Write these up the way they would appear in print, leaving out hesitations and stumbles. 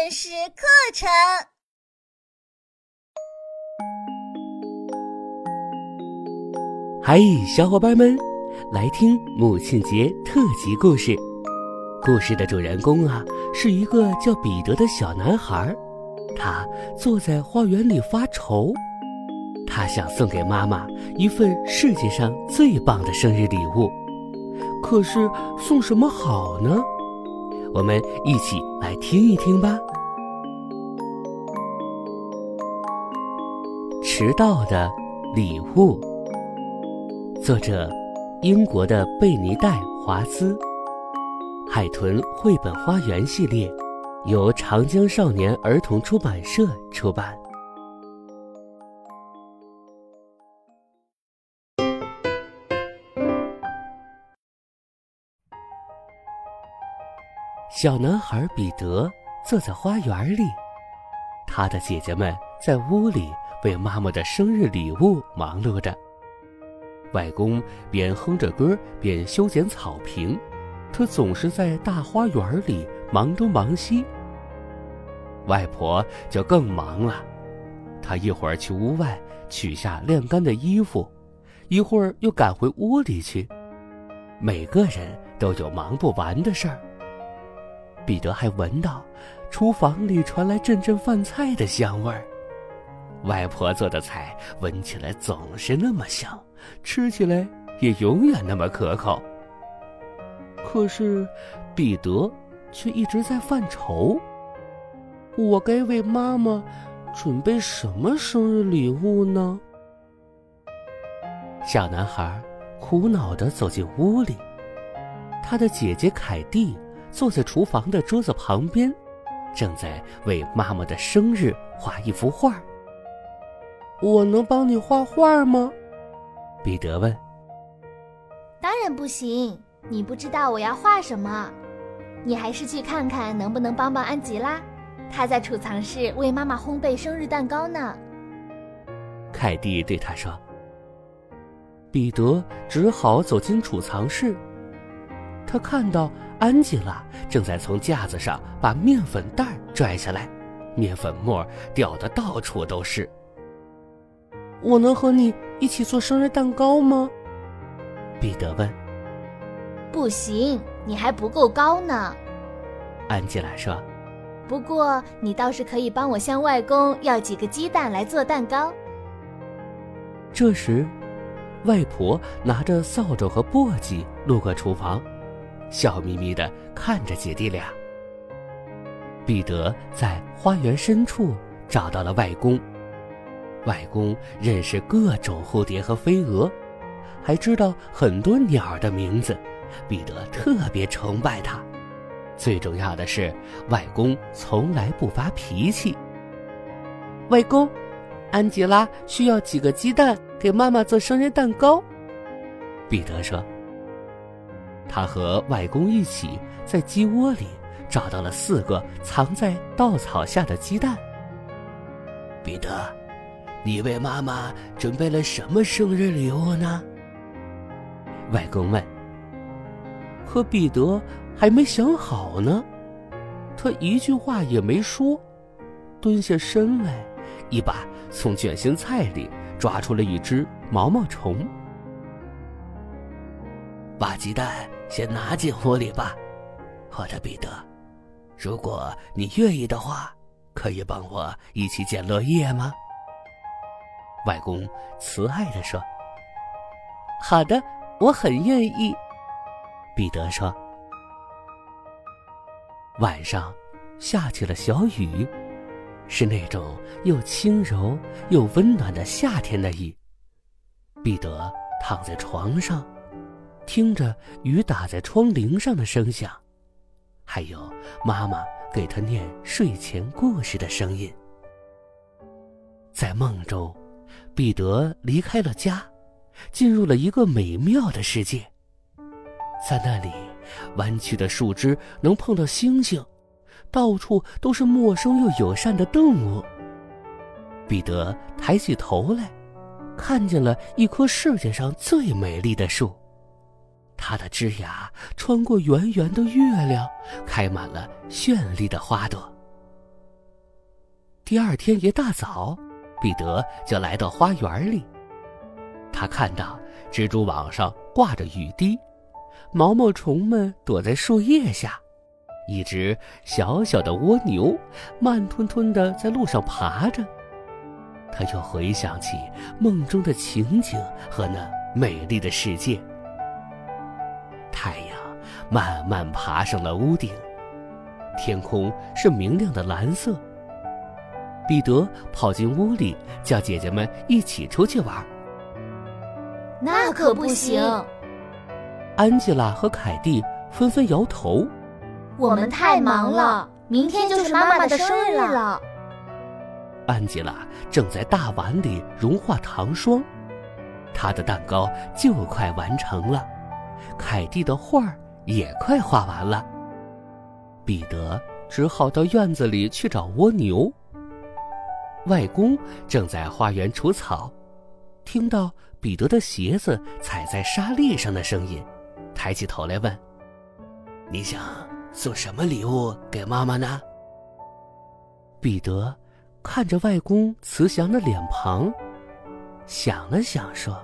电视课程。 嗨，小伙伴们，来听母亲节特辑故事。故事的主人公是一个叫彼得的小男孩，他坐在花园里发愁。他想送给妈妈一份世界上最棒的生日礼物，可是送什么好呢？我们一起来听一听吧。迟到的礼物，作者英国的贝尼戴·华兹，海豚绘本花园系列，由长江少年儿童出版社出版。小男孩彼得坐在花园里，他的姐姐们在屋里为妈妈的生日礼物忙碌着。外公边哼着歌边修剪草坪，他总是在大花园里忙东忙西。外婆就更忙了，她一会儿去屋外取下晾干的衣服，一会儿又赶回屋里去。每个人都有忙不完的事儿。彼得还闻到厨房里传来阵阵饭菜的香味儿，外婆做的菜闻起来总是那么香，吃起来也永远那么可口。可是彼得却一直在犯愁，我该为妈妈准备什么生日礼物呢？小男孩苦恼地走进屋里，他的姐姐凯蒂坐在厨房的桌子旁边，正在为妈妈的生日画一幅画。我能帮你画画吗？彼得问。 当然不行，你不知道我要画什么。你还是去看看能不能帮帮安吉拉，她在储藏室为妈妈烘焙生日蛋糕呢。 凯蒂对他说。彼得只好走进储藏室，他看到安吉拉正在从架子上把面粉袋拽下来，面粉末掉得到处都是。我能和你一起做生日蛋糕吗？彼得问。 不行，你还不够高呢。 安吉拉说。 不过你倒是可以帮我向外公要几个鸡蛋来做蛋糕。 这时外婆拿着扫帚和簸箕路过厨房，笑眯眯地看着姐弟俩。彼得在花园深处找到了外公，外公认识各种蝴蝶和飞蛾，还知道很多鸟的名字，彼得特别崇拜他。最重要的是，外公从来不发脾气。外公，安吉拉需要几个鸡蛋给妈妈做生日蛋糕，彼得说。他和外公一起在鸡窝里找到了4个藏在稻草下的鸡蛋。彼得，你为妈妈准备了什么生日礼物呢？外公问。可彼得还没想好呢，他一句话也没说，蹲下身来，一把从卷心菜里抓出了一只毛毛虫。把鸡蛋先拿进屋里吧，我的彼得。如果你愿意的话，可以帮我一起捡落叶吗？外公慈爱地说。好的，我很愿意，彼得说。晚上下起了小雨，是那种又轻柔又温暖的夏天的雨。彼得躺在床上，听着雨打在窗棂上的声响，还有妈妈给他念睡前故事的声音。在梦中，彼得离开了家，进入了一个美妙的世界。在那里，弯曲的树枝能碰到星星，到处都是陌生又友善的动物。彼得抬起头来，看见了一棵世界上最美丽的树，它的枝芽穿过圆圆的月亮，开满了绚丽的花朵。 第二天一大早，彼得就来到花园里。他看到蜘蛛网上挂着雨滴，毛毛虫们躲在树叶下，一只小小的蜗牛慢吞吞地在路上爬着。他又回想起梦中的情景和那美丽的世界。太阳慢慢爬上了屋顶，天空是明亮的蓝色。彼得跑进屋里，叫姐姐们一起出去玩。 那可不行， 安吉拉和凯蒂纷纷摇头。 我们太忙了，明天就是妈妈的生日了。 安吉拉正在大碗里融化糖霜，她的蛋糕就快完成了，凯蒂的画也快画完了。彼得只好到院子里去找蜗牛。外公正在花园除草，听到彼得的鞋子踩在沙砾上的声音，抬起头来问：你想送什么礼物给妈妈呢？彼得看着外公慈祥的脸庞，想了想说：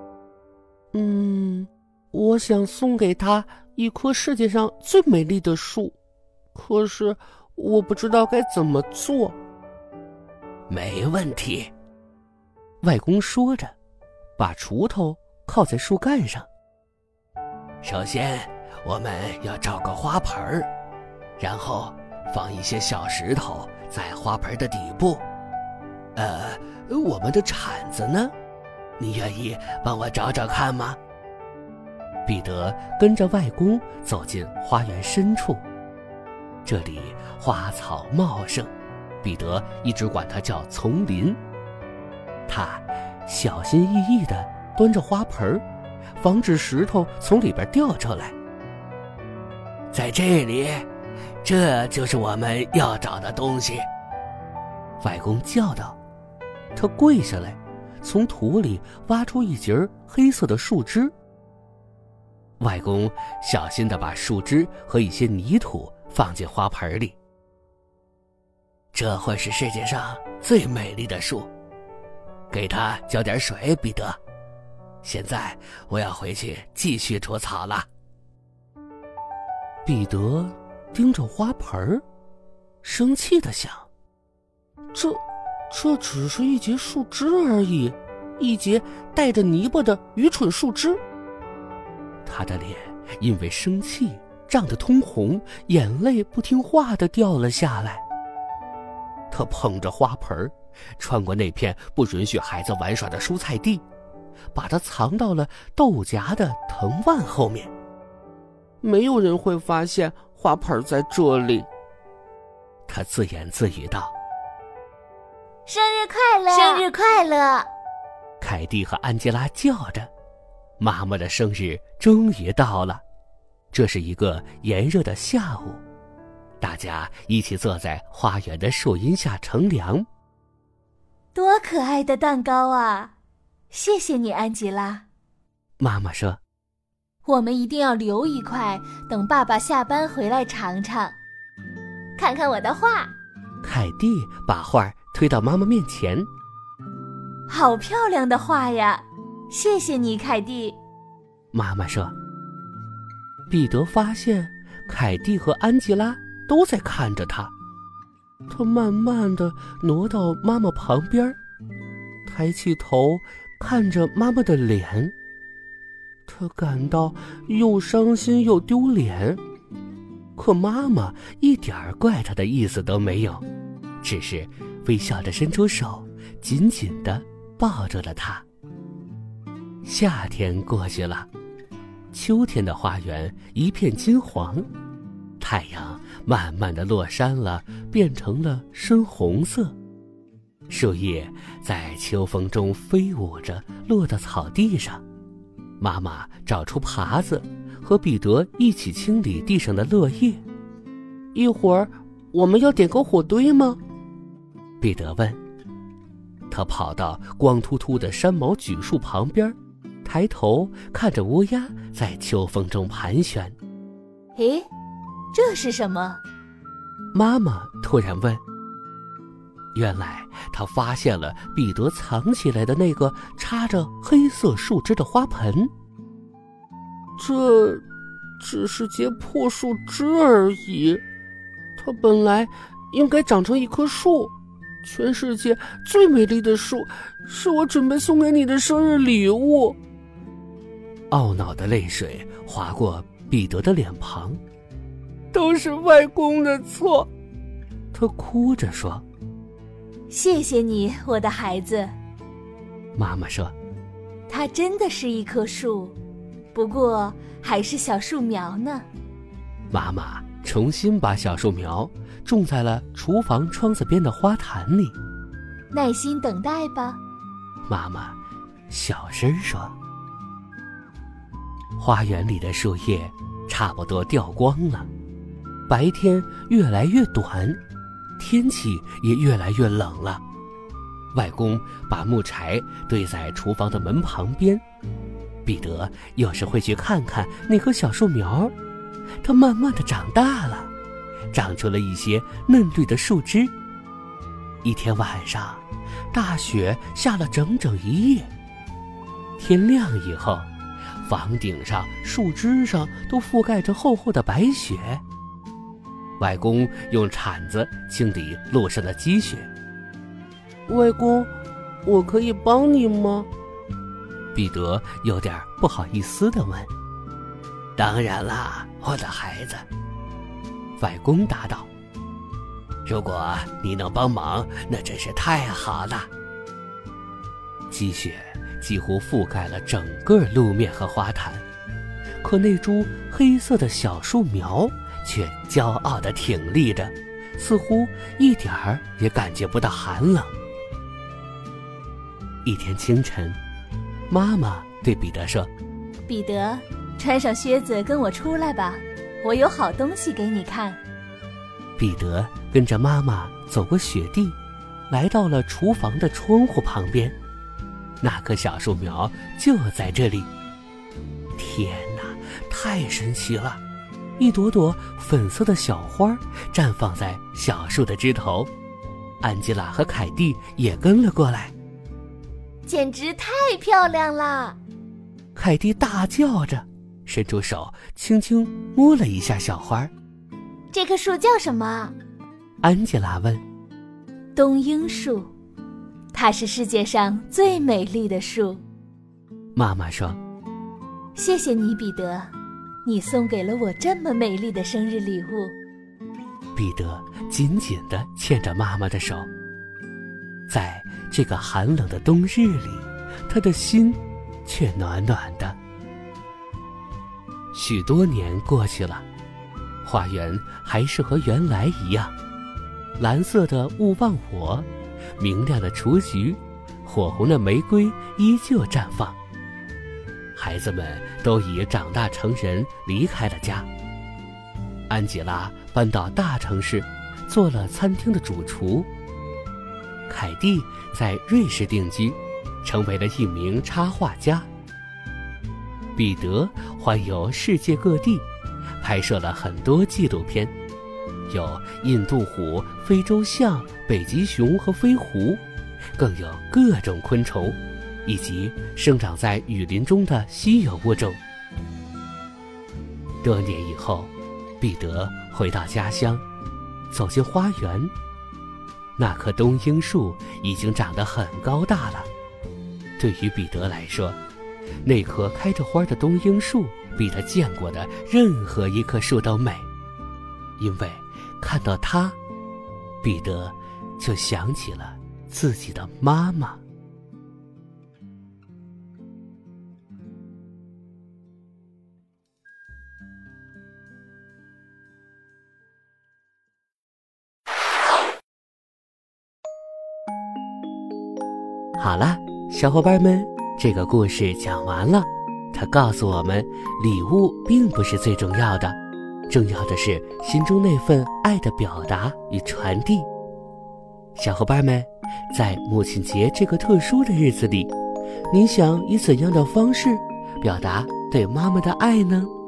我想送给她一棵世界上最美丽的树，可是我不知道该怎么做。没问题，外公说着，把锄头靠在树干上。首先我们要找个花盆，然后放一些小石头在花盆的底部。我们的铲子呢？你愿意帮我找找看吗？彼得跟着外公走进花园深处，这里花草茂盛，彼得一直管它叫丛林。他小心翼翼地端着花盆，防止石头从里边掉出来。在这里，这就是我们要找的东西。外公叫道。他跪下来，从土里挖出一截黑色的树枝。外公小心地把树枝和一些泥土放进花盆里。这会是世界上最美丽的树，给它浇点水，彼得。现在我要回去继续除草了。彼得盯着花盆，生气地想：这只是一节树枝而已，一节带着泥巴的愚蠢树枝。他的脸因为生气涨得通红，眼泪不听话地掉了下来。他捧着花盆，穿过那片不允许孩子玩耍的蔬菜地，把它藏到了豆荚的藤蔓后面。没有人会发现花盆在这里，他自言自语道。 生日快乐！生日快乐！ 凯蒂和安吉拉叫着。妈妈的生日终于到了。这是一个炎热的下午，大家一起坐在花园的树荫下乘凉。 多可爱的蛋糕啊！谢谢你，安吉拉。 妈妈说。 我们一定要留一块，等爸爸下班回来尝尝。看看我的画。 凯蒂把画推到妈妈面前。 好漂亮的画呀！谢谢你，凯蒂。 妈妈说。彼得发现凯蒂和安吉拉都在看着他，他慢慢地挪到妈妈旁边，抬起头看着妈妈的脸。他感到又伤心又丢脸，可妈妈一点怪他的意思都没有，只是微笑着伸出手，紧紧地抱住了他。夏天过去了，秋天的花园一片金黄，太阳慢慢地落山了，变成了深红色。树叶在秋风中飞舞着，落到草地上。妈妈找出耙子，和彼得一起清理地上的落叶。一会儿我们要点个火堆吗？彼得问。他跑到光秃秃的山毛榉树旁边，抬头看着乌鸦在秋风中盘旋。 诶，这是什么？ 妈妈突然问。 原来他发现了彼得藏起来的那个插着黑色树枝的花盆。这只是截破树枝而已，它本来应该长成一棵树，全世界最美丽的树，是我准备送给你的生日礼物。懊恼的泪水划过彼得的脸庞。都是外公的错，他哭着说。 谢谢你，我的孩子。 妈妈说， 它真的是一棵树，不过还是小树苗呢。 妈妈重新把小树苗种在了厨房窗子边的花坛里。 耐心等待吧， 妈妈小声说。花园里的树叶差不多掉光了，白天越来越短，天气也越来越冷了。外公把木柴堆在厨房的门旁边，彼得有时会去看看那棵小树苗，它慢慢地长大了，长出了一些嫩绿的树枝。一天晚上，大雪下了整整一夜。天亮以后，房顶上、树枝上都覆盖着厚厚的白雪。外公用铲子清理路上的积雪。外公，我可以帮你吗？彼得有点不好意思地问。当然啦，我的孩子，外公答道。如果你能帮忙，那真是太好了。积雪几乎覆盖了整个路面和花坛，可那株黑色的小树苗却骄傲地挺立着，似乎一点儿也感觉不到寒冷。一天清晨，妈妈对彼得说： 彼得，穿上靴子跟我出来吧，我有好东西给你看。 彼得跟着妈妈走过雪地，来到了厨房的窗户旁边。那棵小树苗就在这里。天哪，太神奇了！一朵朵粉色的小花绽放在小树的枝头。安吉拉和凯蒂也跟了过来。 简直太漂亮了！ 凯蒂大叫着，伸出手轻轻摸了一下小花。 这棵树叫什么？ 安吉拉问。 冬樱树，它是世界上最美丽的树。 妈妈说。 谢谢你，彼得，你送给了我这么美丽的生日礼物。 彼得紧紧地牵着妈妈的手。在这个寒冷的冬日里，他的心却暖暖的。许多年过去了，花园还是和原来一样，蓝色的勿忘我，明亮的雏菊，火红的玫瑰依旧绽放。孩子们都已长大成人，离开了家。安吉拉搬到大城市，做了餐厅的主厨。凯蒂在瑞士定居，成为了一名插画家。彼得环游世界各地，拍摄了很多纪录片，有印度虎、非洲象、北极熊和飞狐，更有各种昆虫，以及生长在雨林中的稀有物种。多年以后，彼得回到家乡，走进花园。那棵冬樱树已经长得很高大了。对于彼得来说，那棵开着花的冬樱树比他见过的任何一棵树都美。因为看到它，彼得就想起了自己的妈妈。好了，小伙伴们，这个故事讲完了。它告诉我们，礼物并不是最重要的，重要的是心中那份爱的表达与传递。小伙伴们，在母亲节这个特殊的日子里，你想以怎样的方式表达对妈妈的爱呢？